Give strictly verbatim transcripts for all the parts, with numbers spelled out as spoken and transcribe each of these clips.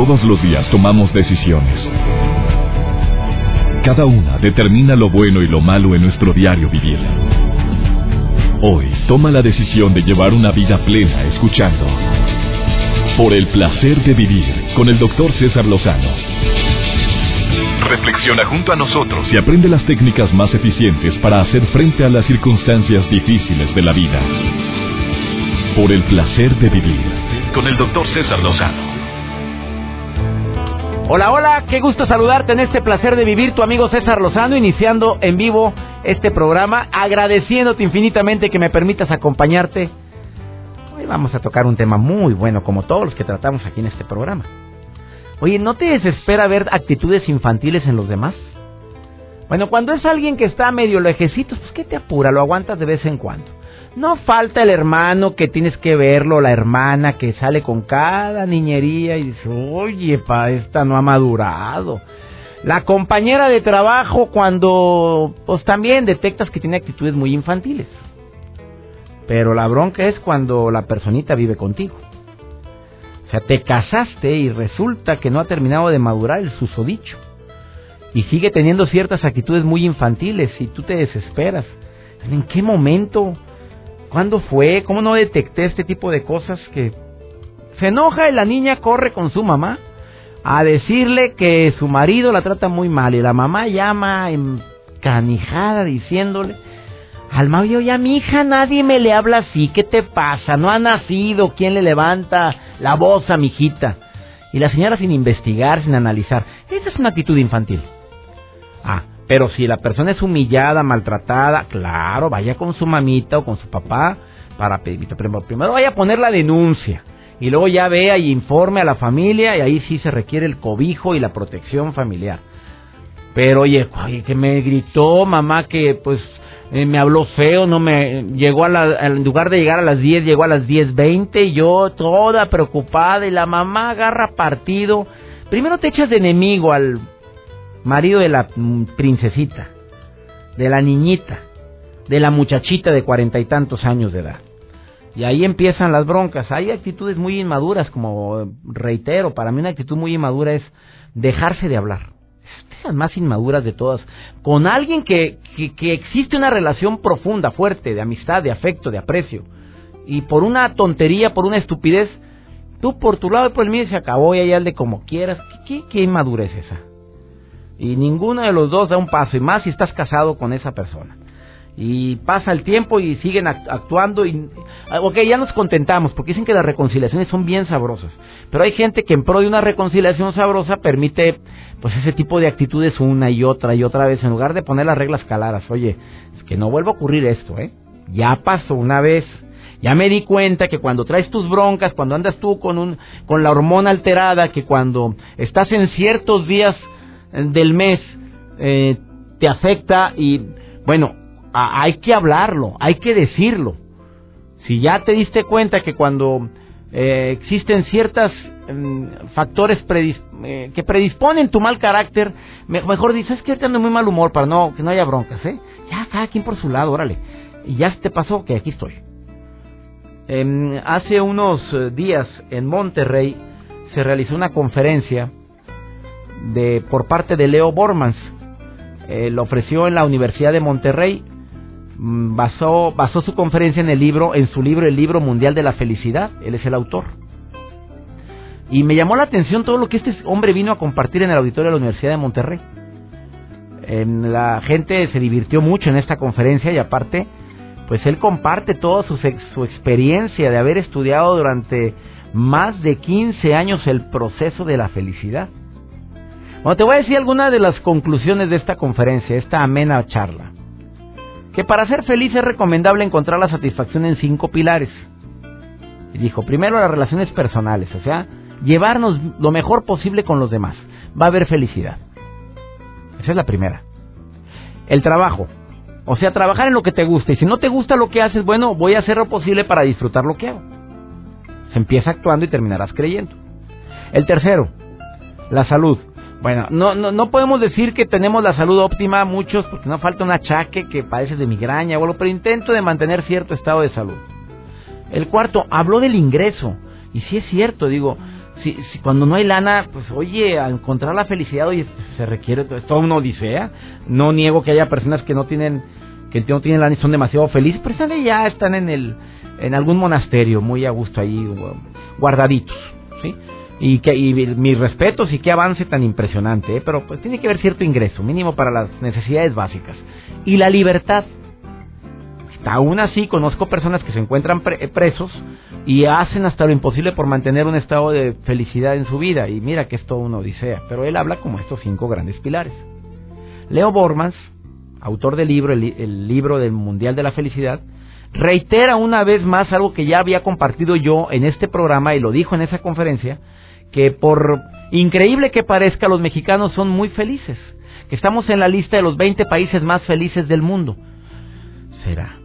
Todos los días tomamos decisiones. Cada una determina lo bueno y lo malo en nuestro diario vivir. Hoy toma la decisión de llevar una vida plena escuchando Por el placer de vivir con el doctor César Lozano. Reflexiona junto a nosotros y aprende las técnicas más eficientes para hacer frente a las circunstancias difíciles de la vida. Por el placer de vivir con el doctor César Lozano. Hola, hola, qué gusto saludarte en este placer de vivir, tu amigo César Lozano, iniciando en vivo este programa, agradeciéndote infinitamente que me permitas acompañarte. Hoy vamos a tocar un tema muy bueno, como todos los que tratamos aquí en este programa. Oye, ¿no te desespera ver actitudes infantiles en los demás? Bueno, cuando es alguien que está medio lejecitos, pues ¿qué te apura? Lo aguantas de vez en cuando. No falta el hermano que tienes que verlo, la hermana que sale con cada niñería y dice, oye, pa, esta no ha madurado. La compañera de trabajo cuando, pues también detectas que tiene actitudes muy infantiles. Pero la bronca es cuando la personita vive contigo. O sea, te casaste y resulta que no ha terminado de madurar el susodicho. Y sigue teniendo ciertas actitudes muy infantiles y tú te desesperas. ¿En qué momento? ¿Cuándo fue? ¿Cómo no detecté este tipo de cosas? Que se enoja y la niña corre con su mamá a decirle que su marido la trata muy mal. Y la mamá llama encanijada diciéndole, al Mario, ya mi hija nadie me le habla así. ¿Qué te pasa? No ha nacido. ¿Quién le levanta la voz a mi hijita? Y la señora sin investigar, sin analizar. Esa es una actitud infantil. Ah, pero si la persona es humillada, maltratada, claro, vaya con su mamita o con su papá para pedir. Primero vaya a poner la denuncia y luego ya vea y informe a la familia y ahí sí se requiere el cobijo y la protección familiar. Pero oye, oye que me gritó mamá que pues eh, me habló feo, no me llegó a la, en lugar de llegar a las diez, llegó a las diez veinte y yo toda preocupada y la mamá agarra partido. Primero te echas de enemigo al marido de la princesita, de la niñita, de la muchachita de cuarenta y tantos años de edad. Y ahí empiezan las broncas. Hay actitudes muy inmaduras, como reitero, para mí una actitud muy inmadura es dejarse de hablar. Es las más inmaduras de todas. Con alguien que, que, que existe una relación profunda, fuerte, de amistad, de afecto, de aprecio. Y por una tontería, por una estupidez, tú por tu lado y por el mío se acabó y ahí hazle como quieras. ¿Qué, qué, qué inmadurez es esa? Y ninguno de los dos da un paso, y más si estás casado con esa persona. Y pasa el tiempo y siguen actuando y... Ok, ya nos contentamos, porque dicen que las reconciliaciones son bien sabrosas. Pero hay gente que en pro de una reconciliación sabrosa permite pues ese tipo de actitudes una y otra y otra vez, en lugar de poner las reglas claras. Oye, es que no vuelva a ocurrir esto, ¿eh? Ya pasó una vez. Ya me di cuenta que cuando traes tus broncas, cuando andas tú con, un, con la hormona alterada, que cuando estás en ciertos días del mes eh, te afecta y bueno, a, hay que hablarlo, hay que decirlo. Si ya te diste cuenta que cuando eh, existen ciertos eh, factores predis, eh, que predisponen tu mal carácter, me, mejor dices que ando muy mal humor para no que no haya broncas, ¿eh? Ya cada quien por su lado, órale. Y ya te pasó que aquí estoy. Eh, hace unos días en Monterrey se realizó una conferencia de por parte de Leo Bormans. Eh, lo ofreció en la Universidad de Monterrey. Basó, basó su conferencia en el libro, en su libro El Libro Mundial de la Felicidad. Él es el autor. Y me llamó la atención todo lo que este hombre vino a compartir en el auditorio de la Universidad de Monterrey. Eh, la gente se divirtió mucho en esta conferencia y aparte, pues él comparte toda su, su experiencia de haber estudiado durante más de quince años el proceso de la felicidad. Bueno, te voy a decir algunas de las conclusiones de esta conferencia, esta amena charla. Que para ser feliz es recomendable encontrar la satisfacción en cinco pilares. Y dijo, primero las relaciones personales, o sea, llevarnos lo mejor posible con los demás. Va a haber felicidad. Esa es la primera. El trabajo, o sea, trabajar en lo que te gusta. Y si no te gusta lo que haces, bueno, voy a hacer lo posible para disfrutar lo que hago. Se empieza actuando y terminarás creyendo. El tercero, la salud. Bueno, no, no, no podemos decir que tenemos la salud óptima muchos, porque no falta un achaque que padeces de migraña o algo, pero intento de mantener cierto estado de salud. El cuarto, habló del ingreso, y sí es cierto, digo, si, si cuando no hay lana, pues oye, a encontrar la felicidad, oye, se requiere, es toda una odisea. No niego que haya personas que no tienen, que no tienen lana y son demasiado felices, pero están ya están en el, en algún monasterio, muy a gusto ahí, guardaditos, ¿sí? Y que y mis respetos y qué avance tan impresionante, ¿eh? Pero pues tiene que haber cierto ingreso mínimo para las necesidades básicas. Y la libertad. Aún así conozco personas que se encuentran pre- presos y hacen hasta lo imposible por mantener un estado de felicidad en su vida, y mira que es todo una odisea. Pero él habla como estos cinco grandes pilares. Leo Bormans, autor del libro el, el libro del Mundial de la Felicidad, reitera una vez más algo que ya había compartido yo en este programa y lo dijo en esa conferencia, que por increíble que parezca, los mexicanos son muy felices, que estamos en la lista de los veinte países más felices del mundo. ¿Será?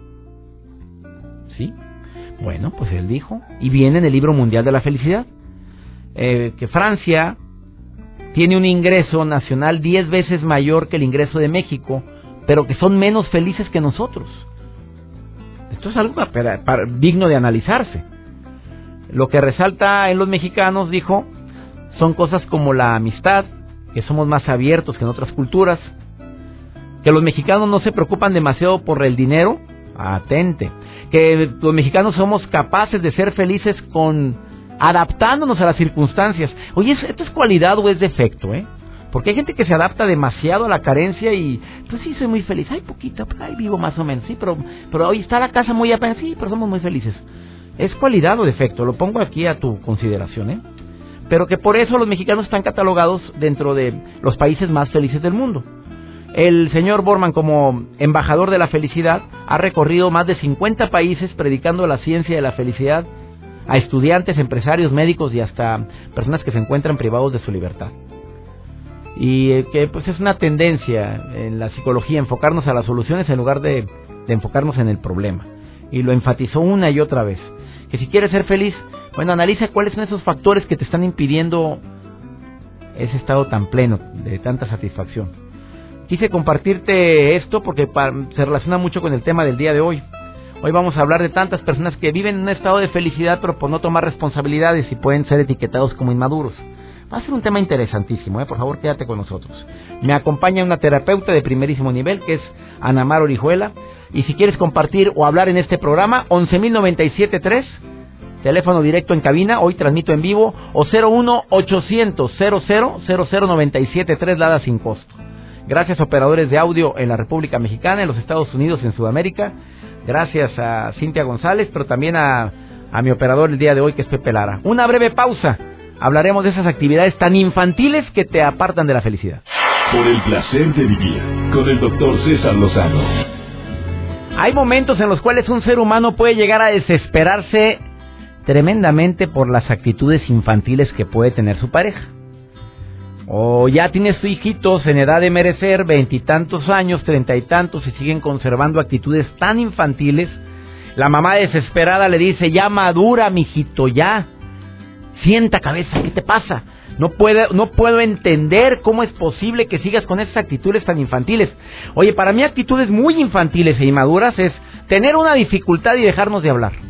¿Sí? Bueno, pues él dijo, y viene en el libro Mundial de la Felicidad, eh, que Francia tiene un ingreso nacional diez veces mayor que el ingreso de México, pero que son menos felices que nosotros. Esto es algo para, para, digno de analizarse. Lo que resalta en los mexicanos, dijo, son cosas como la amistad, que somos más abiertos que en otras culturas, que los mexicanos no se preocupan demasiado por el dinero, atente, que los mexicanos somos capaces de ser felices con adaptándonos a las circunstancias. Oye, ¿esto es cualidad o es defecto, eh? Porque hay gente que se adapta demasiado a la carencia y, pues sí, soy muy feliz. Ay, poquito, pues ahí vivo más o menos, sí, pero, pero hoy está la casa muy apenas, sí, pero somos muy felices. ¿Es cualidad o defecto? Lo pongo aquí a tu consideración, ¿eh? Pero que por eso los mexicanos están catalogados dentro de los países más felices del mundo. El señor Borman, como embajador de la felicidad, ha recorrido más de cincuenta países predicando la ciencia de la felicidad a estudiantes, empresarios, médicos y hasta personas que se encuentran privados de su libertad. Y que pues es una tendencia en la psicología enfocarnos a las soluciones en lugar de, de enfocarnos en el problema. Y lo enfatizó una y otra vez. Que si quieres ser feliz, bueno, analiza cuáles son esos factores que te están impidiendo ese estado tan pleno, de tanta satisfacción. Quise compartirte esto porque se relaciona mucho con el tema del día de hoy. Hoy vamos a hablar de tantas personas que viven en un estado de felicidad pero por no tomar responsabilidades y pueden ser etiquetados como inmaduros. Va a ser un tema interesantísimo, ¿eh? Por favor, quédate con nosotros. Me acompaña una terapeuta de primerísimo nivel que es Ana Mar Orihuela. Y si quieres compartir o hablar en este programa, once mil noventa y siete tres, teléfono directo en cabina, hoy transmito en vivo, o cero uno ochocientos cero cero cero cero noventa y siete tres, Lada sin costo. Gracias a operadores de audio en la República Mexicana, en los Estados Unidos, en Sudamérica. Gracias a Cintia González, pero también a, a mi operador el día de hoy, que es Pepe Lara. Una breve pausa. Hablaremos de esas actividades tan infantiles que te apartan de la felicidad. Por el placer de vivir, con el doctor César Lozano. Hay momentos en los cuales un ser humano puede llegar a desesperarse tremendamente por las actitudes infantiles que puede tener su pareja. O ya tienes tus hijitos en edad de merecer, veintitantos años, treinta y tantos, y siguen conservando actitudes tan infantiles. La mamá desesperada le dice, ya madura, mijito, ya. Sienta cabeza, ¿qué te pasa? No puedo, no puedo entender cómo es posible que sigas con esas actitudes tan infantiles. Oye, para mí actitudes muy infantiles e inmaduras es tener una dificultad y dejarnos de hablar.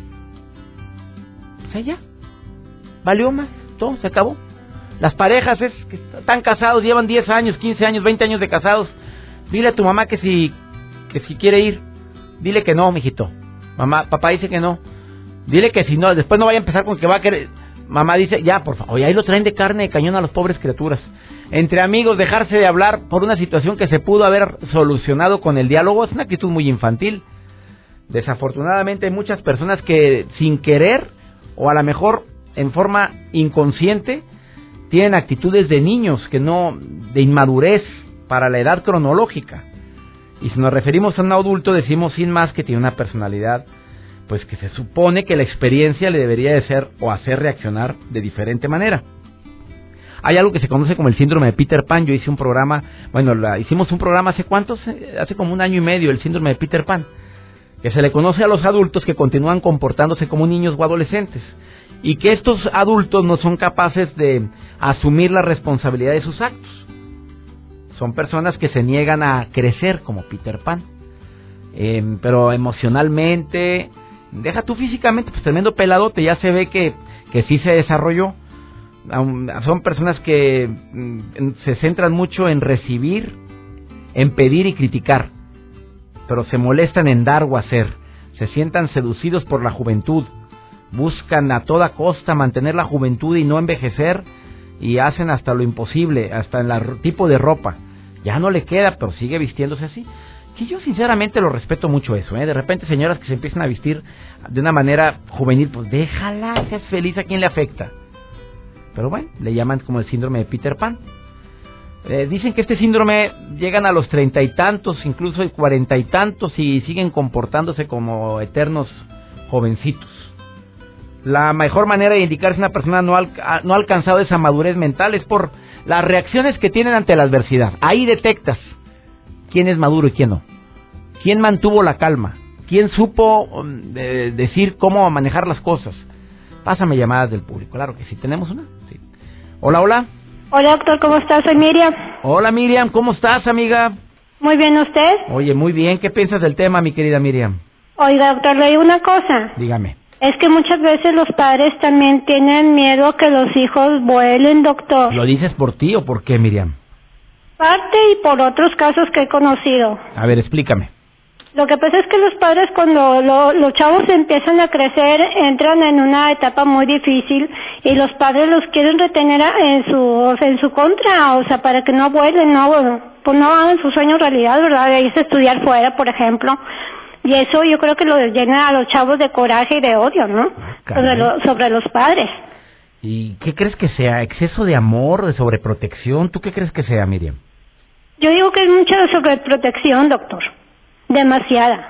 O sea, ya. Valió más, todo, se acabó. Las parejas es que están casados, llevan diez años, quince años, veinte años de casados. Dile a tu mamá que si, que si quiere ir. Dile que no, mijito. Mamá, papá dice que no. Dile que si no, después no vaya a empezar con que va a querer. Mamá dice, ya, por favor, oye, ahí lo traen de carne de cañón a las pobres criaturas. Entre amigos, dejarse de hablar por una situación que se pudo haber solucionado con el diálogo es una actitud muy infantil. Desafortunadamente hay muchas personas que sin querer, o a lo mejor en forma inconsciente, tienen actitudes de niños, que no, de inmadurez para la edad cronológica. Y si nos referimos a un adulto, decimos sin más que tiene una personalidad pues que se supone que la experiencia le debería de ser o hacer reaccionar de diferente manera. Hay algo que se conoce como el síndrome de Peter Pan. Yo hice un programa, bueno, la, hicimos un programa hace cuántos, hace como un año y medio, el síndrome de Peter Pan, que se le conoce a los adultos que continúan comportándose como niños o adolescentes, y que estos adultos no son capaces de asumir la responsabilidad de sus actos. Son personas que se niegan a crecer como Peter Pan, eh, pero emocionalmente... Deja tú físicamente, pues tremendo peladote, ya se ve que, que sí se desarrolló, son personas que mm, se centran mucho en recibir, en pedir y criticar, pero se molestan en dar o hacer. Se sientan seducidos por la juventud, buscan a toda costa mantener la juventud y no envejecer, y hacen hasta lo imposible, hasta en el tipo de ropa. Ya no le queda, pero sigue vistiéndose así. Que yo sinceramente lo respeto mucho eso, ¿eh? De repente señoras que se empiezan a vestir de una manera juvenil, pues déjala, seas feliz, ¿a quién le afecta? Pero bueno, le llaman como el síndrome de Peter Pan. Eh, dicen que este síndrome llegan a los treinta y tantos, incluso cuarenta y tantos, y siguen comportándose como eternos jovencitos. La mejor manera de indicar si una persona no ha no ha alcanzado esa madurez mental es por las reacciones que tienen ante la adversidad. Ahí detectas quién es maduro y quién no. Quién mantuvo la calma. Quién supo um, de, decir cómo manejar las cosas. Pásame llamadas del público. Claro que sí. ¿Tenemos una? Sí. Hola, hola. Hola, doctor, ¿cómo estás? Soy Miriam. Hola, Miriam. ¿Cómo estás, amiga? Muy bien, ¿usted? Oye, muy bien. ¿Qué piensas del tema, mi querida Miriam? Oiga, doctor, le digo una cosa. Dígame. Es que muchas veces los padres también tienen miedo a que los hijos vuelen, doctor. ¿Lo dices por ti o por qué, Miriam? Parte y por otros casos que he conocido. A ver, explícame. Lo que pasa es que los padres, cuando lo, los chavos empiezan a crecer, entran en una etapa muy difícil y los padres los quieren retener en su en su contra, o sea, para que no vuelen, no, pues no hagan sus sueños realidad, ¿verdad? De irse a estudiar fuera, por ejemplo. Y eso yo creo que lo llena a los chavos de coraje y de odio, ¿no? Sobre, lo, sobre los padres. ¿Y qué crees que sea? ¿Exceso de amor, de sobreprotección? ¿Tú qué crees que sea, Miriam? Yo digo que es mucha sobreprotección, doctor. Demasiada.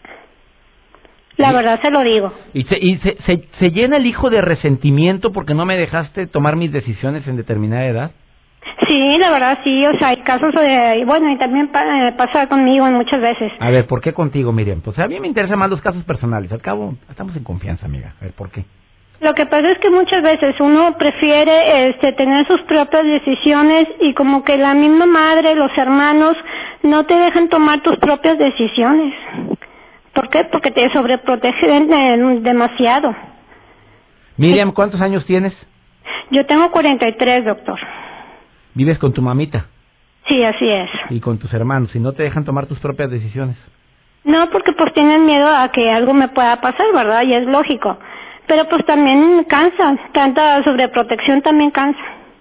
La y, verdad se lo digo. ¿Y, se, y se, se, se llena el hijo de resentimiento porque no me dejaste tomar mis decisiones en determinada edad? Sí, la verdad sí, o sea, hay casos de, bueno, y también pa, eh, pasa conmigo muchas veces. A ver, ¿por qué contigo, Miriam? Pues a mí me interesan más los casos personales, al cabo estamos en confianza, amiga. A ver, ¿por qué? Lo que pasa es que muchas veces uno prefiere este, tener sus propias decisiones y como que la misma madre, los hermanos, no te dejan tomar tus propias decisiones. ¿Por qué? Porque te sobreprotegen eh, demasiado. Miriam, ¿cuántos años tienes? Yo tengo cuarenta y tres, doctor. ¿Vives con tu mamita? Sí, así es. ¿Y con tus hermanos? ¿Y no te dejan tomar tus propias decisiones? No, porque pues tienen miedo a que algo me pueda pasar, ¿verdad? Y es lógico. Pero pues también cansa, tanta sobreprotección también cansa.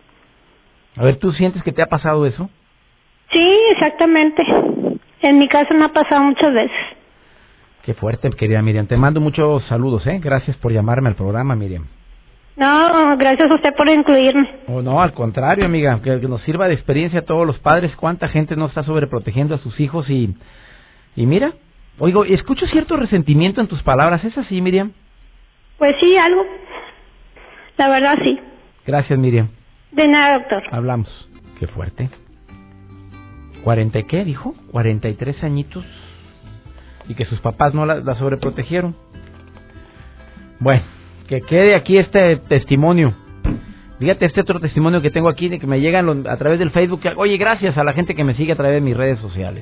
A ver, ¿tú sientes que te ha pasado eso? Sí, exactamente. En mi caso me ha pasado muchas veces. Qué fuerte, querida Miriam. Te mando muchos saludos, ¿eh? Gracias por llamarme al programa, Miriam. No, gracias a usted por incluirme. Oh, no, al contrario, amiga, que, que nos sirva de experiencia a todos los padres. Cuánta gente no está sobreprotegiendo a sus hijos y... Y mira, oigo, escucho cierto resentimiento en tus palabras. ¿Es así, Miriam? Pues sí, algo. La verdad, sí. Gracias, Miriam. De nada, doctor. Hablamos. Qué fuerte. ¿Cuarenta y qué, dijo? Cuarenta y tres añitos. Y que sus papás no la, la sobreprotegieron. Bueno, que quede aquí este testimonio. Fíjate este otro testimonio que tengo aquí, de que me llegan a través del Facebook. Oye, gracias a la gente que me sigue a través de mis redes sociales.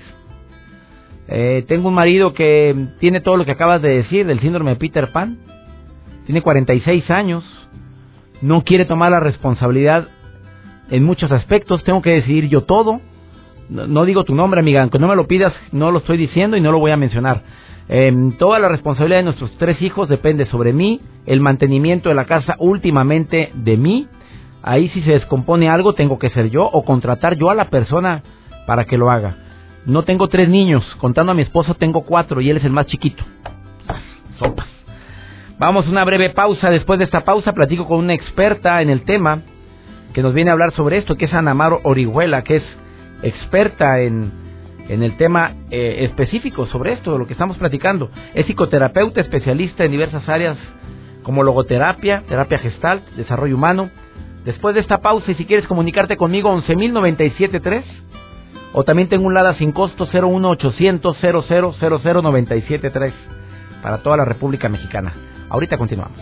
Eh, tengo un marido que tiene todo lo que acabas de decir del síndrome de Peter Pan. Tiene cuarenta y seis años. No quiere tomar la responsabilidad en muchos aspectos. Tengo que decidir yo todo. No, no digo tu nombre, amiga. Aunque no me lo pidas, no lo estoy diciendo y no lo voy a mencionar. Eh, toda la responsabilidad de nuestros tres hijos depende sobre mí. El mantenimiento de la casa últimamente de mí. Ahí si se descompone algo tengo que ser yo o contratar yo a la persona para que lo haga. No tengo tres niños. Contando a mi esposo tengo cuatro y él es el más chiquito. Sopas. Vamos a una breve pausa. Después de esta pausa platico con una experta en el tema que nos viene a hablar sobre esto, que es Ana Mar Orihuela, que es experta en, en el tema eh, específico sobre esto, de lo que estamos platicando. Es psicoterapeuta, especialista en diversas áreas como logoterapia, terapia gestal, desarrollo humano. Después de esta pausa, y si quieres comunicarte conmigo, once mil noventa y siete tres, o también tengo un Lada sin costo cero uno ochocientos cero cero cero cero noventa y siete tres para toda la República Mexicana. Ahorita continuamos.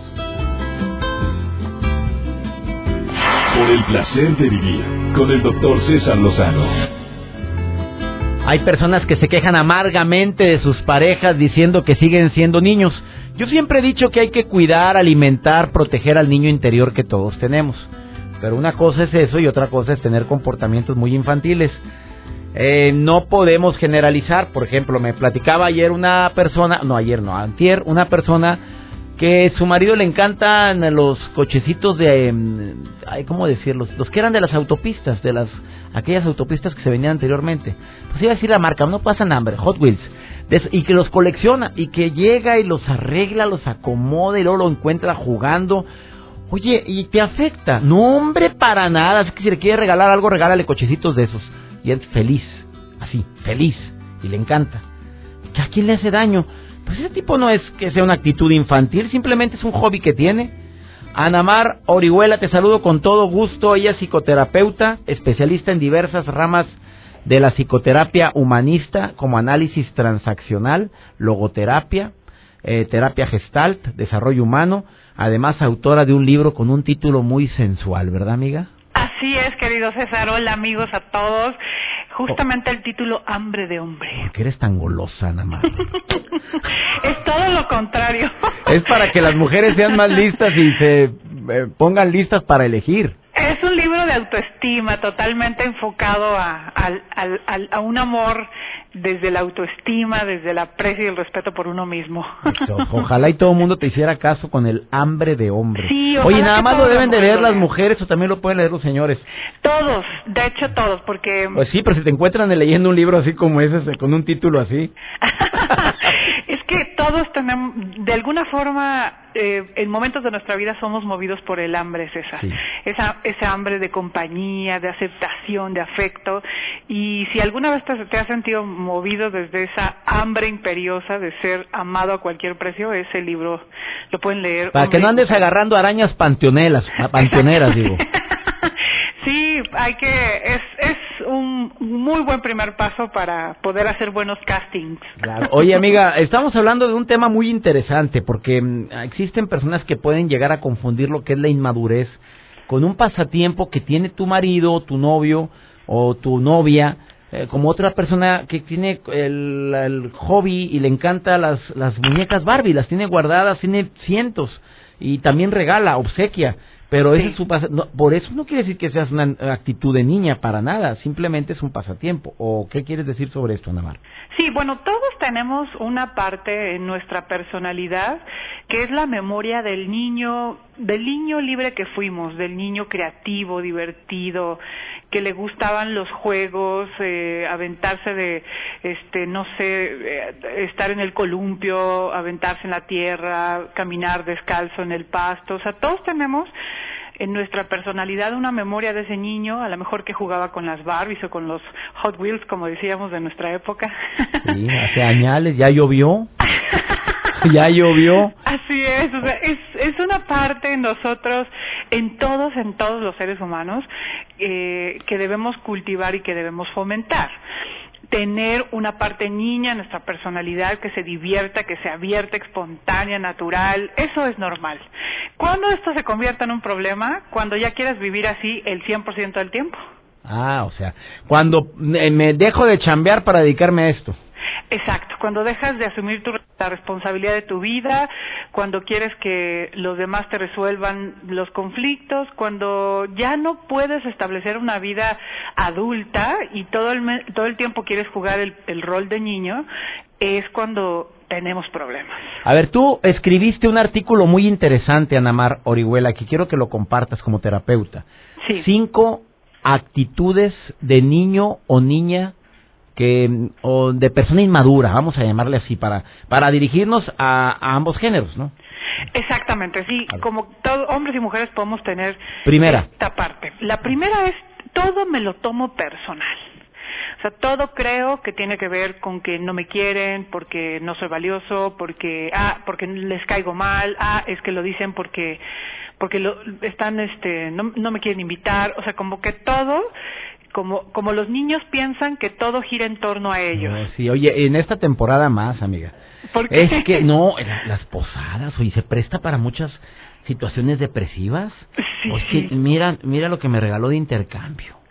Por el placer de vivir con el doctor César Lozano. Hay personas que se quejan amargamente de sus parejas diciendo que siguen siendo niños. Yo siempre he dicho que hay que cuidar, alimentar, proteger al niño interior que todos tenemos. Pero una cosa es eso y otra cosa es tener comportamientos muy infantiles. Eh, no podemos generalizar. Por ejemplo, me platicaba ayer una persona, no ayer, no, antier, una persona que su marido le encantan los cochecitos de, ay, ¿cómo decirlos? Los que eran de las autopistas, de las aquellas autopistas que se venían anteriormente. Pues iba a decir la marca, no pasan hambre, Hot Wheels. De, y que los colecciona y que llega y los arregla, los acomoda y luego lo encuentra jugando. Oye, ¿y te afecta? No, hombre, para nada. Es que si le quiere regalar algo, regálale cochecitos de esos. Y él feliz, así, feliz, y le encanta. ¿A quién le hace daño? Pues ese tipo no es que sea una actitud infantil, simplemente es un hobby que tiene. Ana Mar Orihuela, te saludo con todo gusto. Ella es psicoterapeuta, especialista en diversas ramas de la psicoterapia humanista, como análisis transaccional, logoterapia, eh, terapia gestalt, desarrollo humano. Además, autora de un libro con un título muy sensual, ¿verdad, amiga? Así es, querido César. Hola, amigos, a todos. Justamente el título Hambre de Hombre. ¿Por qué eres tan golosa, Ana Mar? Es todo lo contrario. Es para que las mujeres sean más listas y se eh, pongan listas para elegir. Es un libro de autoestima, totalmente enfocado a, a, a, a un amor desde la autoestima, desde el aprecio y el respeto por uno mismo. Ojalá y todo el mundo te hiciera caso con el hambre de hombre. Sí, oye, nada más lo deben de leer las leer. mujeres o también lo pueden leer los señores. Todos, de hecho todos, porque... Pues sí, pero si te encuentran leyendo un libro así como ese, con un título así... Es que todos tenemos, de alguna forma, eh, en momentos de nuestra vida somos movidos por el hambre, César. Sí. Esa, esa hambre de compañía, de aceptación, de afecto. Y si alguna vez te, te has sentido movido desde esa hambre imperiosa de ser amado a cualquier precio, ese libro lo pueden leer. Para que no andes agarrando arañas panteoneras, panteoneras, digo. Sí, hay que es es un muy buen primer paso para poder hacer buenos castings. Claro. Oye, amiga, estamos hablando de un tema muy interesante porque um, existen personas que pueden llegar a confundir lo que es la inmadurez con un pasatiempo que tiene tu marido, tu novio o tu novia, eh, como otra persona que tiene el, el hobby y le encanta las las muñecas Barbie, las tiene guardadas, tiene cientos y también regala, obsequia. Pero sí. Ese es su pas- no, por eso no quiere decir que seas una actitud de niña, para nada, simplemente es un pasatiempo. ¿O qué quieres decir sobre esto, Ana Mar? Sí, bueno, todos tenemos una parte en nuestra personalidad que es la memoria del niño, del niño libre que fuimos, del niño creativo, divertido, que le gustaban los juegos, eh, aventarse de, este, no sé, eh, estar en el columpio, aventarse en la tierra, caminar descalzo en el pasto. O sea, todos tenemos en nuestra personalidad una memoria de ese niño, a lo mejor que jugaba con las Barbies o con los Hot Wheels, como decíamos, de nuestra época. Sí, hace añales, ya llovió. Ya llovió. Así es, o sea, es, es una parte en nosotros, en todos, en todos los seres humanos, eh, que debemos cultivar y que debemos fomentar. Tener una parte niña en nuestra personalidad que se divierta, que sea abierta, espontánea, natural, eso es normal. ¿Cuándo esto se convierta en un problema? Cuando ya quieras vivir así el cien por ciento del tiempo. Ah, o sea, cuando me dejo de chambear para dedicarme a esto. Exacto, cuando dejas de asumir tu, la responsabilidad de tu vida, cuando quieres que los demás te resuelvan los conflictos, cuando ya no puedes establecer una vida adulta y todo el, todo el tiempo quieres jugar el, el rol de niño, es cuando tenemos problemas. A ver, tú escribiste un artículo muy interesante, Ana Mar Orihuela, que quiero que lo compartas como terapeuta. Sí. Cinco actitudes de niño o niña que o de persona inmadura, vamos a llamarle así, para para dirigirnos a, a ambos géneros, ¿no? Exactamente, sí, como todos hombres y mujeres podemos tener primera. Esta parte. La primera es, todo me lo tomo personal. O sea, todo creo que tiene que ver con que no me quieren, porque no soy valioso, porque ah, porque les caigo mal, ah, es que lo dicen porque porque lo están este no no me quieren invitar, o sea, como que todo Como, como los niños piensan que todo gira en torno a ellos. No, sí, oye, en esta temporada más, amiga. ¿Por qué? Es que, no, las posadas, oye, se presta para muchas situaciones depresivas. Sí, o sea, sí. mira, mira lo que me regaló de intercambio.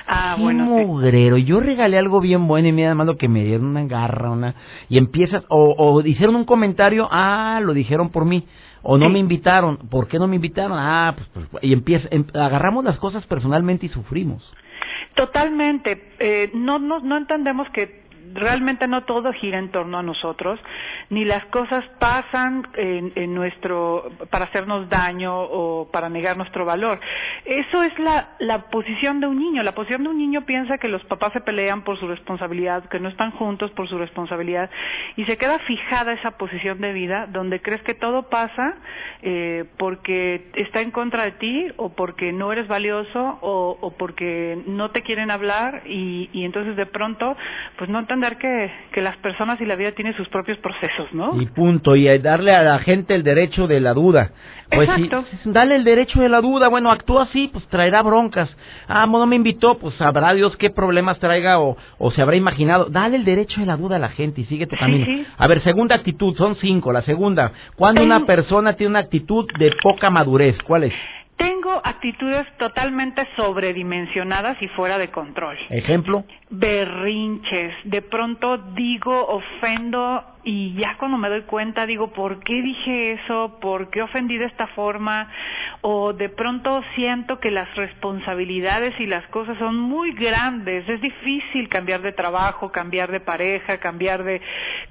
Ah, Qué bueno, mugrero. Sí. Yo regalé algo bien bueno y mira más lo que me dieron, una garra, una... Y empiezas, o, o hicieron un comentario, ah, lo dijeron por mí. O no sí. me invitaron, ¿por qué no me invitaron? Ah, pues, pues y empieza, em, agarramos las cosas personalmente y sufrimos. Totalmente. Eh, no, no, no entendemos que realmente no todo gira en torno a nosotros, ni las cosas pasan en, en nuestro para hacernos daño o para negar nuestro valor. Eso es la, la posición de un niño. La posición de un niño piensa que los papás se pelean por su responsabilidad, que no están juntos por su responsabilidad, y se queda fijada esa posición de vida donde crees que todo pasa eh, porque está en contra de ti o porque no eres valioso o, o porque no te quieren hablar y, y entonces de pronto pues no entender que, que las personas y la vida tienen sus propios procesos, ¿no? Y punto, y darle a la gente el derecho de la duda. Pues exacto. Si, dale el derecho de la duda, bueno, actúa así, pues traerá broncas. Ah, no me invitó, pues sabrá Dios qué problemas traiga o, o se habrá imaginado. Dale el derecho de la duda a la gente y sigue tu camino. Sí, sí. A ver, segunda actitud, son cinco. La segunda, cuando una persona tiene una actitud de poca madurez, ¿cuál es? Tengo actitudes totalmente sobredimensionadas y fuera de control. ¿Ejemplo? Berrinches. De pronto digo, ofendo y ya cuando me doy cuenta digo, ¿por qué dije eso? ¿Por qué ofendí de esta forma? O de pronto siento que las responsabilidades y las cosas son muy grandes. Es difícil cambiar de trabajo, cambiar de pareja, cambiar de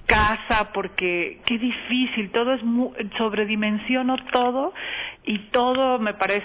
casa, porque qué difícil. Todo es muy, sobredimensiono todo y todo me parece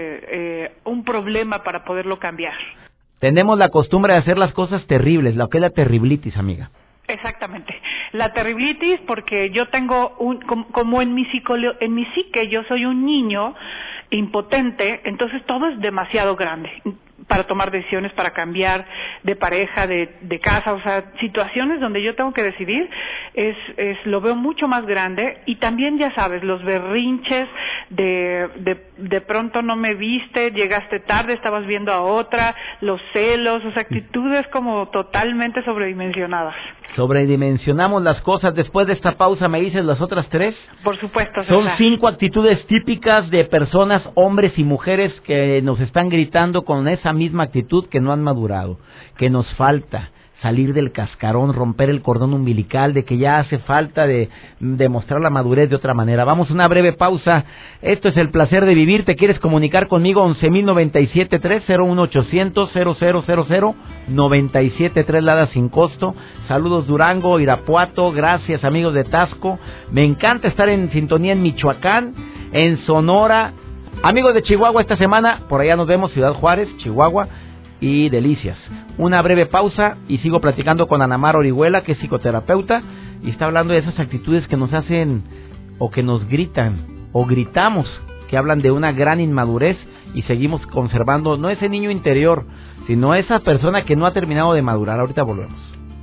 eh, un problema para poderlo cambiar. Tenemos la costumbre de hacer las cosas terribles, lo que es la terriblitis, amiga. Exactamente. La terriblitis, porque yo tengo un, como, como en mi psicolo, en mi psique yo soy un niño impotente, entonces todo es demasiado grande para tomar decisiones, para cambiar de pareja, de, de casa, o sea, situaciones donde yo tengo que decidir, es, es lo veo mucho más grande. Y también, ya sabes, los berrinches de, de, de pronto no me viste, llegaste tarde, estabas viendo a otra, los celos, o sea, actitudes como totalmente sobredimensionadas. Sobredimensionamos las cosas. Después de esta pausa, ¿me dices las otras tres? Por supuesto, Son César. cinco actitudes típicas de personas, hombres y mujeres, que nos están gritando con esa misma actitud que no han madurado, que nos falta salir del cascarón, romper el cordón umbilical, de que ya hace falta de demostrar la madurez de otra manera. Vamos a una breve pausa. Esto es El Placer de Vivir. ¿Te quieres comunicar conmigo? once mil noventa y siete tres, cero uno ochocientos, cero cero cero cero, noventa y siete tres, Lada sin costo. Saludos Durango, Irapuato, gracias amigos de Tasco. Me encanta estar en sintonía en Michoacán, en Sonora. Amigos de Chihuahua, esta semana, por allá nos vemos, Ciudad Juárez, Chihuahua. Y Delicias. Una breve pausa y sigo platicando con Ana Mar Orihuela, que es psicoterapeuta, y está hablando de esas actitudes que nos hacen o que nos gritan o gritamos, que hablan de una gran inmadurez y seguimos conservando no ese niño interior, sino esa persona que no ha terminado de madurar. Ahorita volvemos.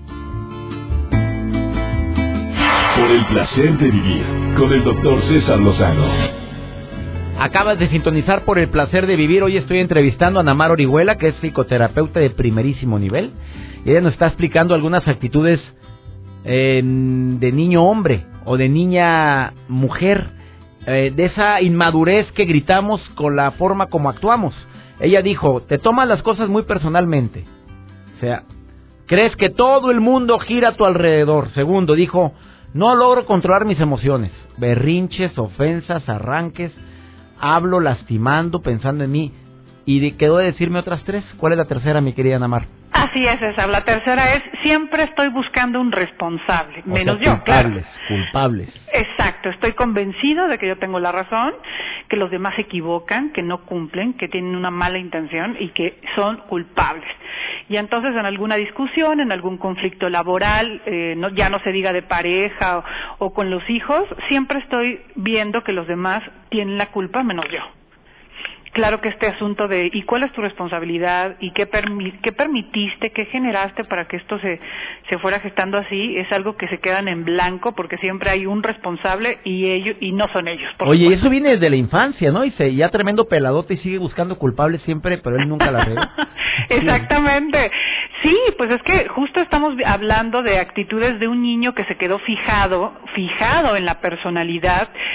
Por el placer de vivir con el doctor César Lozano. Acabas de sintonizar Por el Placer de Vivir. Hoy estoy entrevistando a Ana Mar Orihuela, que es psicoterapeuta de primerísimo nivel. Y ella nos está explicando algunas actitudes eh, de niño hombre o de niña mujer, eh, de esa inmadurez que gritamos con la forma como actuamos. Ella dijo, te tomas las cosas muy personalmente. O sea, crees que todo el mundo gira a tu alrededor. Segundo, dijo, no logro controlar mis emociones. Berrinches, ofensas, arranques. Hablo lastimando, pensando en mí. Y de, quedó de decirme otras tres. ¿Cuál es la tercera, mi querida Ana Mar? Así es, César. La tercera es, siempre estoy buscando un responsable, o menos sea, yo, culpables, claro. culpables. Exacto, estoy convencido de que yo tengo la razón, que los demás se equivocan, que no cumplen, que tienen una mala intención y que son culpables. Y entonces en alguna discusión, en algún conflicto laboral, eh, no, ya no se diga de pareja o, o con los hijos, siempre estoy viendo que los demás tienen la culpa menos yo. Claro que este asunto de ¿y cuál es tu responsabilidad? ¿Y qué, permi- qué permitiste? ¿Qué generaste para que esto se, se fuera gestando así? Es algo que se quedan en blanco porque siempre hay un responsable y ellos y no son ellos. Por Oye, supuesto. eso viene desde la infancia, ¿no? Y se, ya tremendo peladote y sigue buscando culpables siempre, pero él nunca la ve. Exactamente. Sí, pues es que justo estamos hablando de actitudes de un niño que se quedó fijado, fijado en la personalidad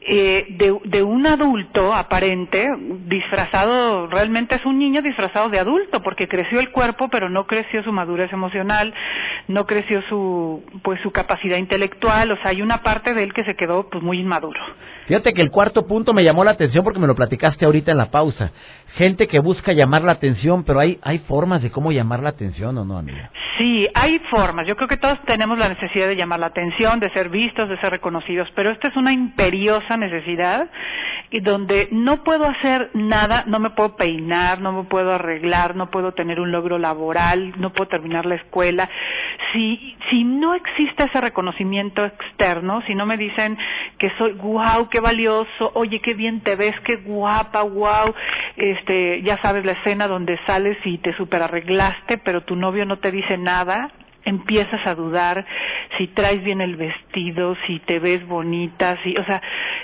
eh, de, de un adulto aparente disfrazado, realmente es un niño disfrazado de adulto, porque creció el cuerpo, pero no creció su madurez emocional, no creció su pues su capacidad intelectual. O sea, hay una parte de él que se quedó pues muy inmaduro. Fíjate que el cuarto punto me llamó la atención porque me lo platicaste ahorita en la pausa. Gente que busca llamar la atención, pero hay hay formas de cómo llamar la atención, ¿o no, amiga? Sí, hay formas. Yo creo que todos tenemos la necesidad de llamar la atención, de ser vistos, de ser reconocidos, pero esta es una imperiosa necesidad y donde no puedo hacer nada, no me puedo peinar, no me puedo arreglar, no puedo tener un logro laboral, no puedo terminar la escuela. Si si no existe ese reconocimiento externo, si no me dicen que soy guau, qué valioso, oye, qué bien te ves, qué guapa, guau, este, ya sabes la escena donde sales y te super arreglaste, pero tu novio no te dice nada, empiezas a dudar si traes bien el vestido, si te ves bonita, si, o sea,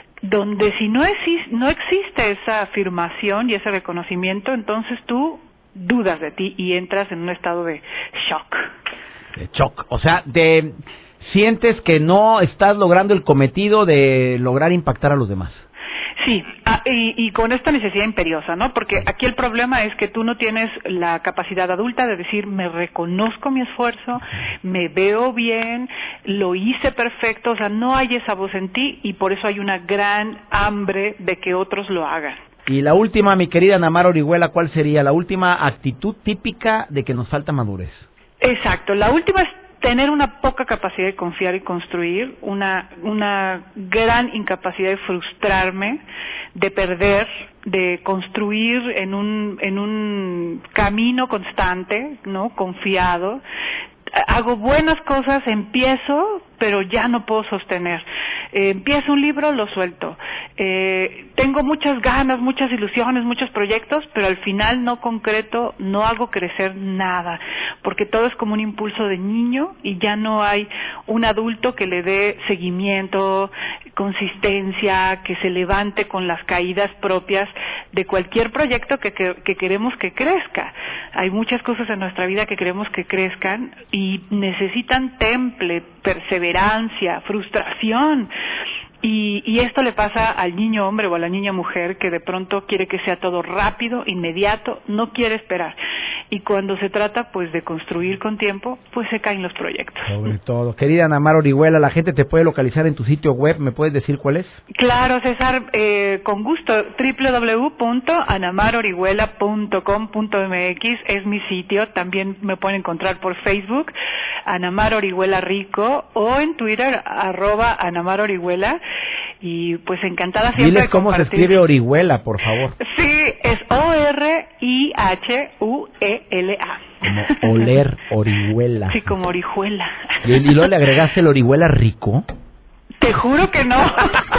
donde si no existe, no existe esa afirmación y ese reconocimiento, entonces tú dudas de ti y entras en un estado de shock. De shock, o sea, de sientes que no estás logrando el cometido de lograr impactar a los demás. Sí, ah, y, y con esta necesidad imperiosa, ¿no? Porque aquí el problema es que tú no tienes la capacidad adulta de decir, me reconozco mi esfuerzo, me veo bien, lo hice perfecto, o sea, no hay esa voz en ti y por eso hay una gran hambre de que otros lo hagan. Y la última, mi querida Ana Mar Orihuela, ¿cuál sería la última actitud típica de que nos falta madurez? Exacto, la última es tener una poca capacidad de confiar y construir, una una gran incapacidad de frustrarme, de perder, de construir en un en un camino constante, ¿no? Confiado. Hago buenas cosas, empiezo, pero ya no puedo sostener. Eh, empiezo un libro, lo suelto. Eh, tengo muchas ganas, muchas ilusiones, muchos proyectos, pero al final no concreto, no hago crecer nada, porque todo es como un impulso de niño y ya no hay un adulto que le dé seguimiento, consistencia, que se levante con las caídas propias de cualquier proyecto que, que, que queremos que crezca. Hay muchas cosas en nuestra vida que queremos que crezcan y necesitan temple, perseverancia, frustración. Y, y esto le pasa al niño hombre o a la niña mujer que de pronto quiere que sea todo rápido, inmediato, no quiere esperar. Y cuando se trata pues de construir con tiempo, pues se caen los proyectos. Sobre todo. Querida Ana Mar Orihuela, la gente te puede localizar en tu sitio web, ¿me puedes decir cuál es? Claro, César, eh, con gusto, doble u doble u doble u punto ana mar orihuela punto com punto m x es mi sitio, también me pueden encontrar por Facebook, Ana Mar Orihuela Rico, o en Twitter, arroba Ana Mar Orihuela. Y pues encantada siempre Diles de cómo se escribe Orihuela, por favor. Sí, es O R I H U E L A. Como oler, Orihuela. Sí, como orihuela. ¿Y, y luego le agregaste el Orihuela Rico? Te juro que no.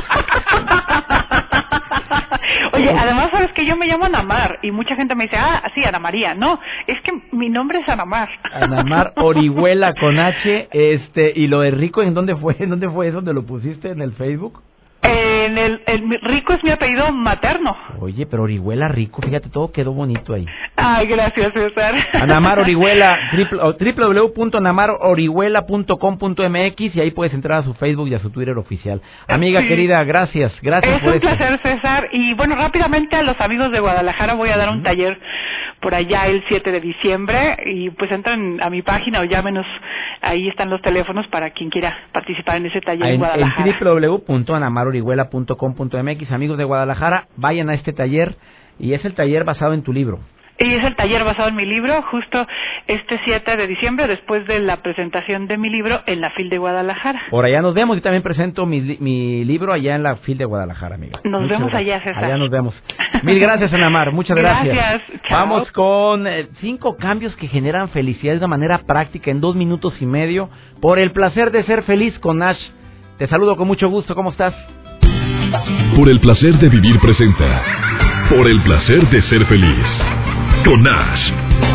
Oye, además sabes que yo me llamo Ana Mar y mucha gente me dice, ah, sí, Ana María. No, es que mi nombre es Ana Mar. Ana Mar Orihuela con H, este, y lo de Rico, ¿en dónde fue? ¿En dónde fue eso? ¿Dónde lo pusiste? ¿En el Facebook? En el, el Rico es mi apellido materno. Oye, pero Orihuela Rico, fíjate, todo quedó bonito ahí. Ay, gracias, César. Ana Mar Orihuela, doble u doble u doble u punto ana mar orihuela punto com punto m x, y ahí puedes entrar a su Facebook y a su Twitter oficial. Amiga sí. Querida, gracias, gracias es por un esto. placer, César. Y bueno, rápidamente a los amigos de Guadalajara voy a dar un taller por allá el siete de diciembre, y pues entren a mi página o llámenos, ahí están los teléfonos para quien quiera participar en ese taller en, en Guadalajara. En doble u doble u doble u punto ana mar orihuela punto com punto m x, amigos de Guadalajara, vayan a este taller, y es el taller basado en tu libro. Y es el taller basado en mi libro, justo este siete de diciembre, después de la presentación de mi libro en la F I L de Guadalajara. Por allá nos vemos, y también presento mi, mi libro allá en la F I L de Guadalajara, amiga. Nos muchas vemos gracias. allá, César. Allá nos vemos. Mil gracias, Ana Mar, muchas gracias. Gracias, chao. Vamos con eh, cinco cambios que generan felicidad de una manera práctica en dos minutos y medio, por el placer de ser feliz con Nash. Te saludo con mucho gusto, ¿cómo estás? Por el placer de vivir presenta Por el placer de ser feliz con Nash.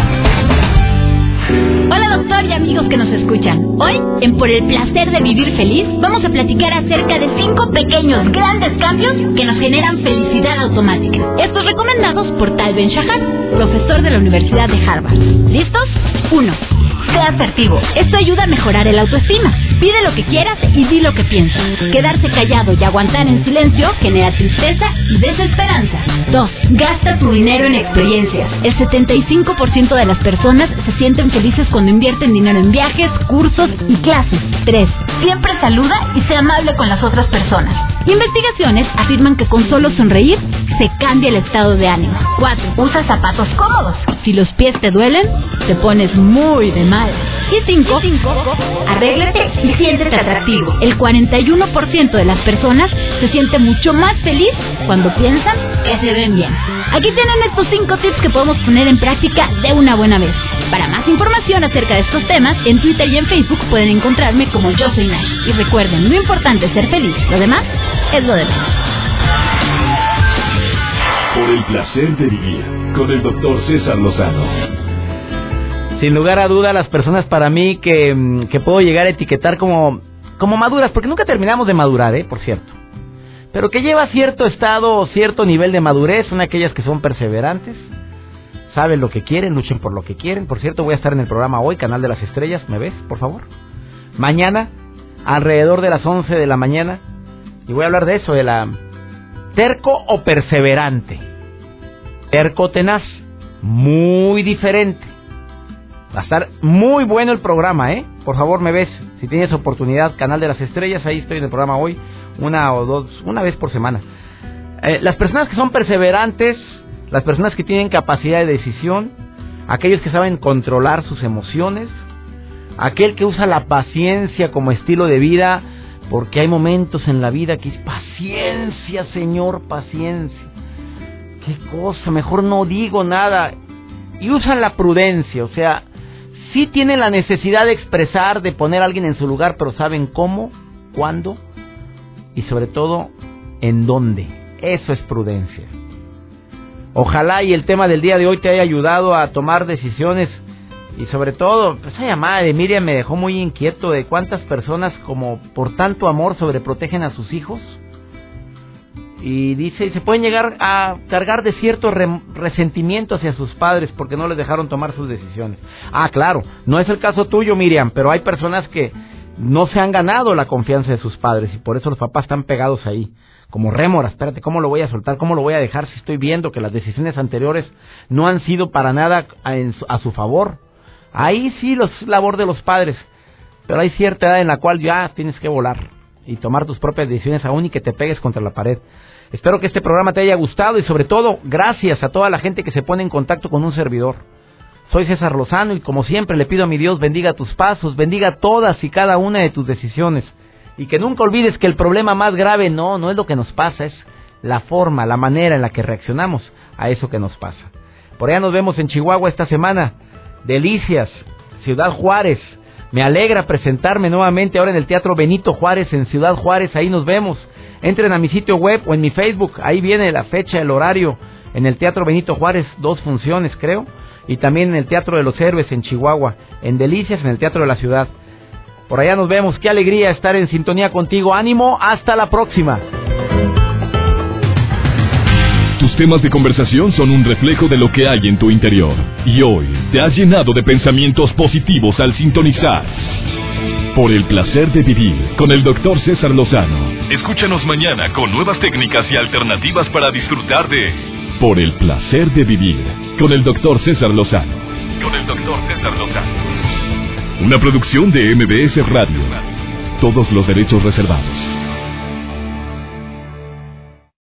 Hola doctor y amigos que nos escuchan. Hoy, en Por el placer de vivir feliz, vamos a platicar acerca de cinco pequeños, grandes cambios que nos generan felicidad automática. Estos recomendados por Tal Ben Shahar, profesor de la Universidad de Harvard. ¿Listos? Uno. Sé asertivo. Esto ayuda a mejorar el autoestima. Pide lo que quieras y di lo que piensas. Quedarse callado y aguantar en silencio genera tristeza y desesperanza. dos. Gasta tu dinero en experiencias. El setenta y cinco por ciento de las personas se sienten felices cuando invierten dinero en viajes, cursos y clases. tres. Siempre saluda y sea amable con las otras personas. Investigaciones afirman que con solo sonreír se cambia el estado de ánimo. cuatro. Usa zapatos cómodos. Si los pies te duelen, te pones muy de mal. Y cinco. Arréglate y siéntete atractivo. El cuarenta y uno por ciento de las personas se siente mucho más feliz cuando piensan que se ven bien. Aquí tienen estos cinco tips que podemos poner en práctica de una buena vez. Para más información acerca de estos temas, en Twitter y en Facebook pueden encontrarme como Yo Soy Nash. Y recuerden, lo importante es ser feliz. Lo demás es lo de menos. Por el placer de vivir con el doctor César Lozano. Sin lugar a duda, las personas para mí que, que puedo llegar a etiquetar como, como maduras, porque nunca terminamos de madurar, ¿eh? Por cierto. Pero que lleva cierto estado o cierto nivel de madurez, son aquellas que son perseverantes, saben lo que quieren, luchen por lo que quieren. Por cierto, voy a estar en el programa hoy, Canal de las Estrellas, ¿me ves, por favor? Mañana, alrededor de las once de la mañana, y voy a hablar de eso, de la terco o perseverante. Terco tenaz, muy diferente. Va a estar muy bueno el programa, ¿eh? Por favor, me ves, si tienes oportunidad, Canal de las Estrellas, ahí estoy en el programa hoy, una o dos, una vez por semana. Eh, las personas que son perseverantes, las personas que tienen capacidad de decisión, aquellos que saben controlar sus emociones, aquel que usa la paciencia como estilo de vida, porque hay momentos en la vida que es paciencia, señor, paciencia. Qué cosa, mejor no digo nada. Y usan la prudencia, o sea, sí tienen la necesidad de expresar, de poner a alguien en su lugar, pero saben cómo, cuándo y sobre todo en dónde. Eso es prudencia. Ojalá y el tema del día de hoy te haya ayudado a tomar decisiones. Y sobre todo, esa llamada de Miriam me dejó muy inquieto de cuántas personas como por tanto amor sobreprotegen a sus hijos. Y dice, se pueden llegar a cargar de cierto re- resentimiento hacia sus padres porque no les dejaron tomar sus decisiones. Ah, claro, no es el caso tuyo, Miriam, pero hay personas que no se han ganado la confianza de sus padres y por eso los papás están pegados ahí. Como rémora, espérate, ¿cómo lo voy a soltar? ¿Cómo lo voy a dejar si estoy viendo que las decisiones anteriores no han sido para nada a, en su, a su favor? Ahí sí los labor de los padres, pero hay cierta edad en la cual ya tienes que volar y tomar tus propias decisiones aún y que te pegues contra la pared. Espero que este programa te haya gustado y sobre todo gracias a toda la gente que se pone en contacto con un servidor. Soy César Lozano y como siempre le pido a mi Dios bendiga tus pasos, bendiga todas y cada una de tus decisiones y que nunca olvides que el problema más grave no, no es lo que nos pasa, es la forma, la manera en la que reaccionamos a eso que nos pasa. Por allá nos vemos en Chihuahua esta semana. Delicias, Ciudad Juárez. Me alegra presentarme nuevamente ahora en el Teatro Benito Juárez en Ciudad Juárez. Ahí nos vemos. Entren a mi sitio web o en mi Facebook. Ahí viene la fecha, el horario. En el Teatro Benito Juárez, dos funciones creo. Y también en el Teatro de los Héroes en Chihuahua. En Delicias, en el Teatro de la Ciudad. Por allá nos vemos. Qué alegría estar en sintonía contigo. Ánimo, hasta la próxima. Tus temas de conversación son un reflejo de lo que hay en tu interior. Y hoy te has llenado de pensamientos positivos al sintonizar Por el placer de vivir con el doctor César Lozano. Escúchanos mañana con nuevas técnicas y alternativas para disfrutar de Por el placer de vivir con el doctor César Lozano. Con el doctor César Lozano. Una producción de M B S Radio. Todos los derechos reservados.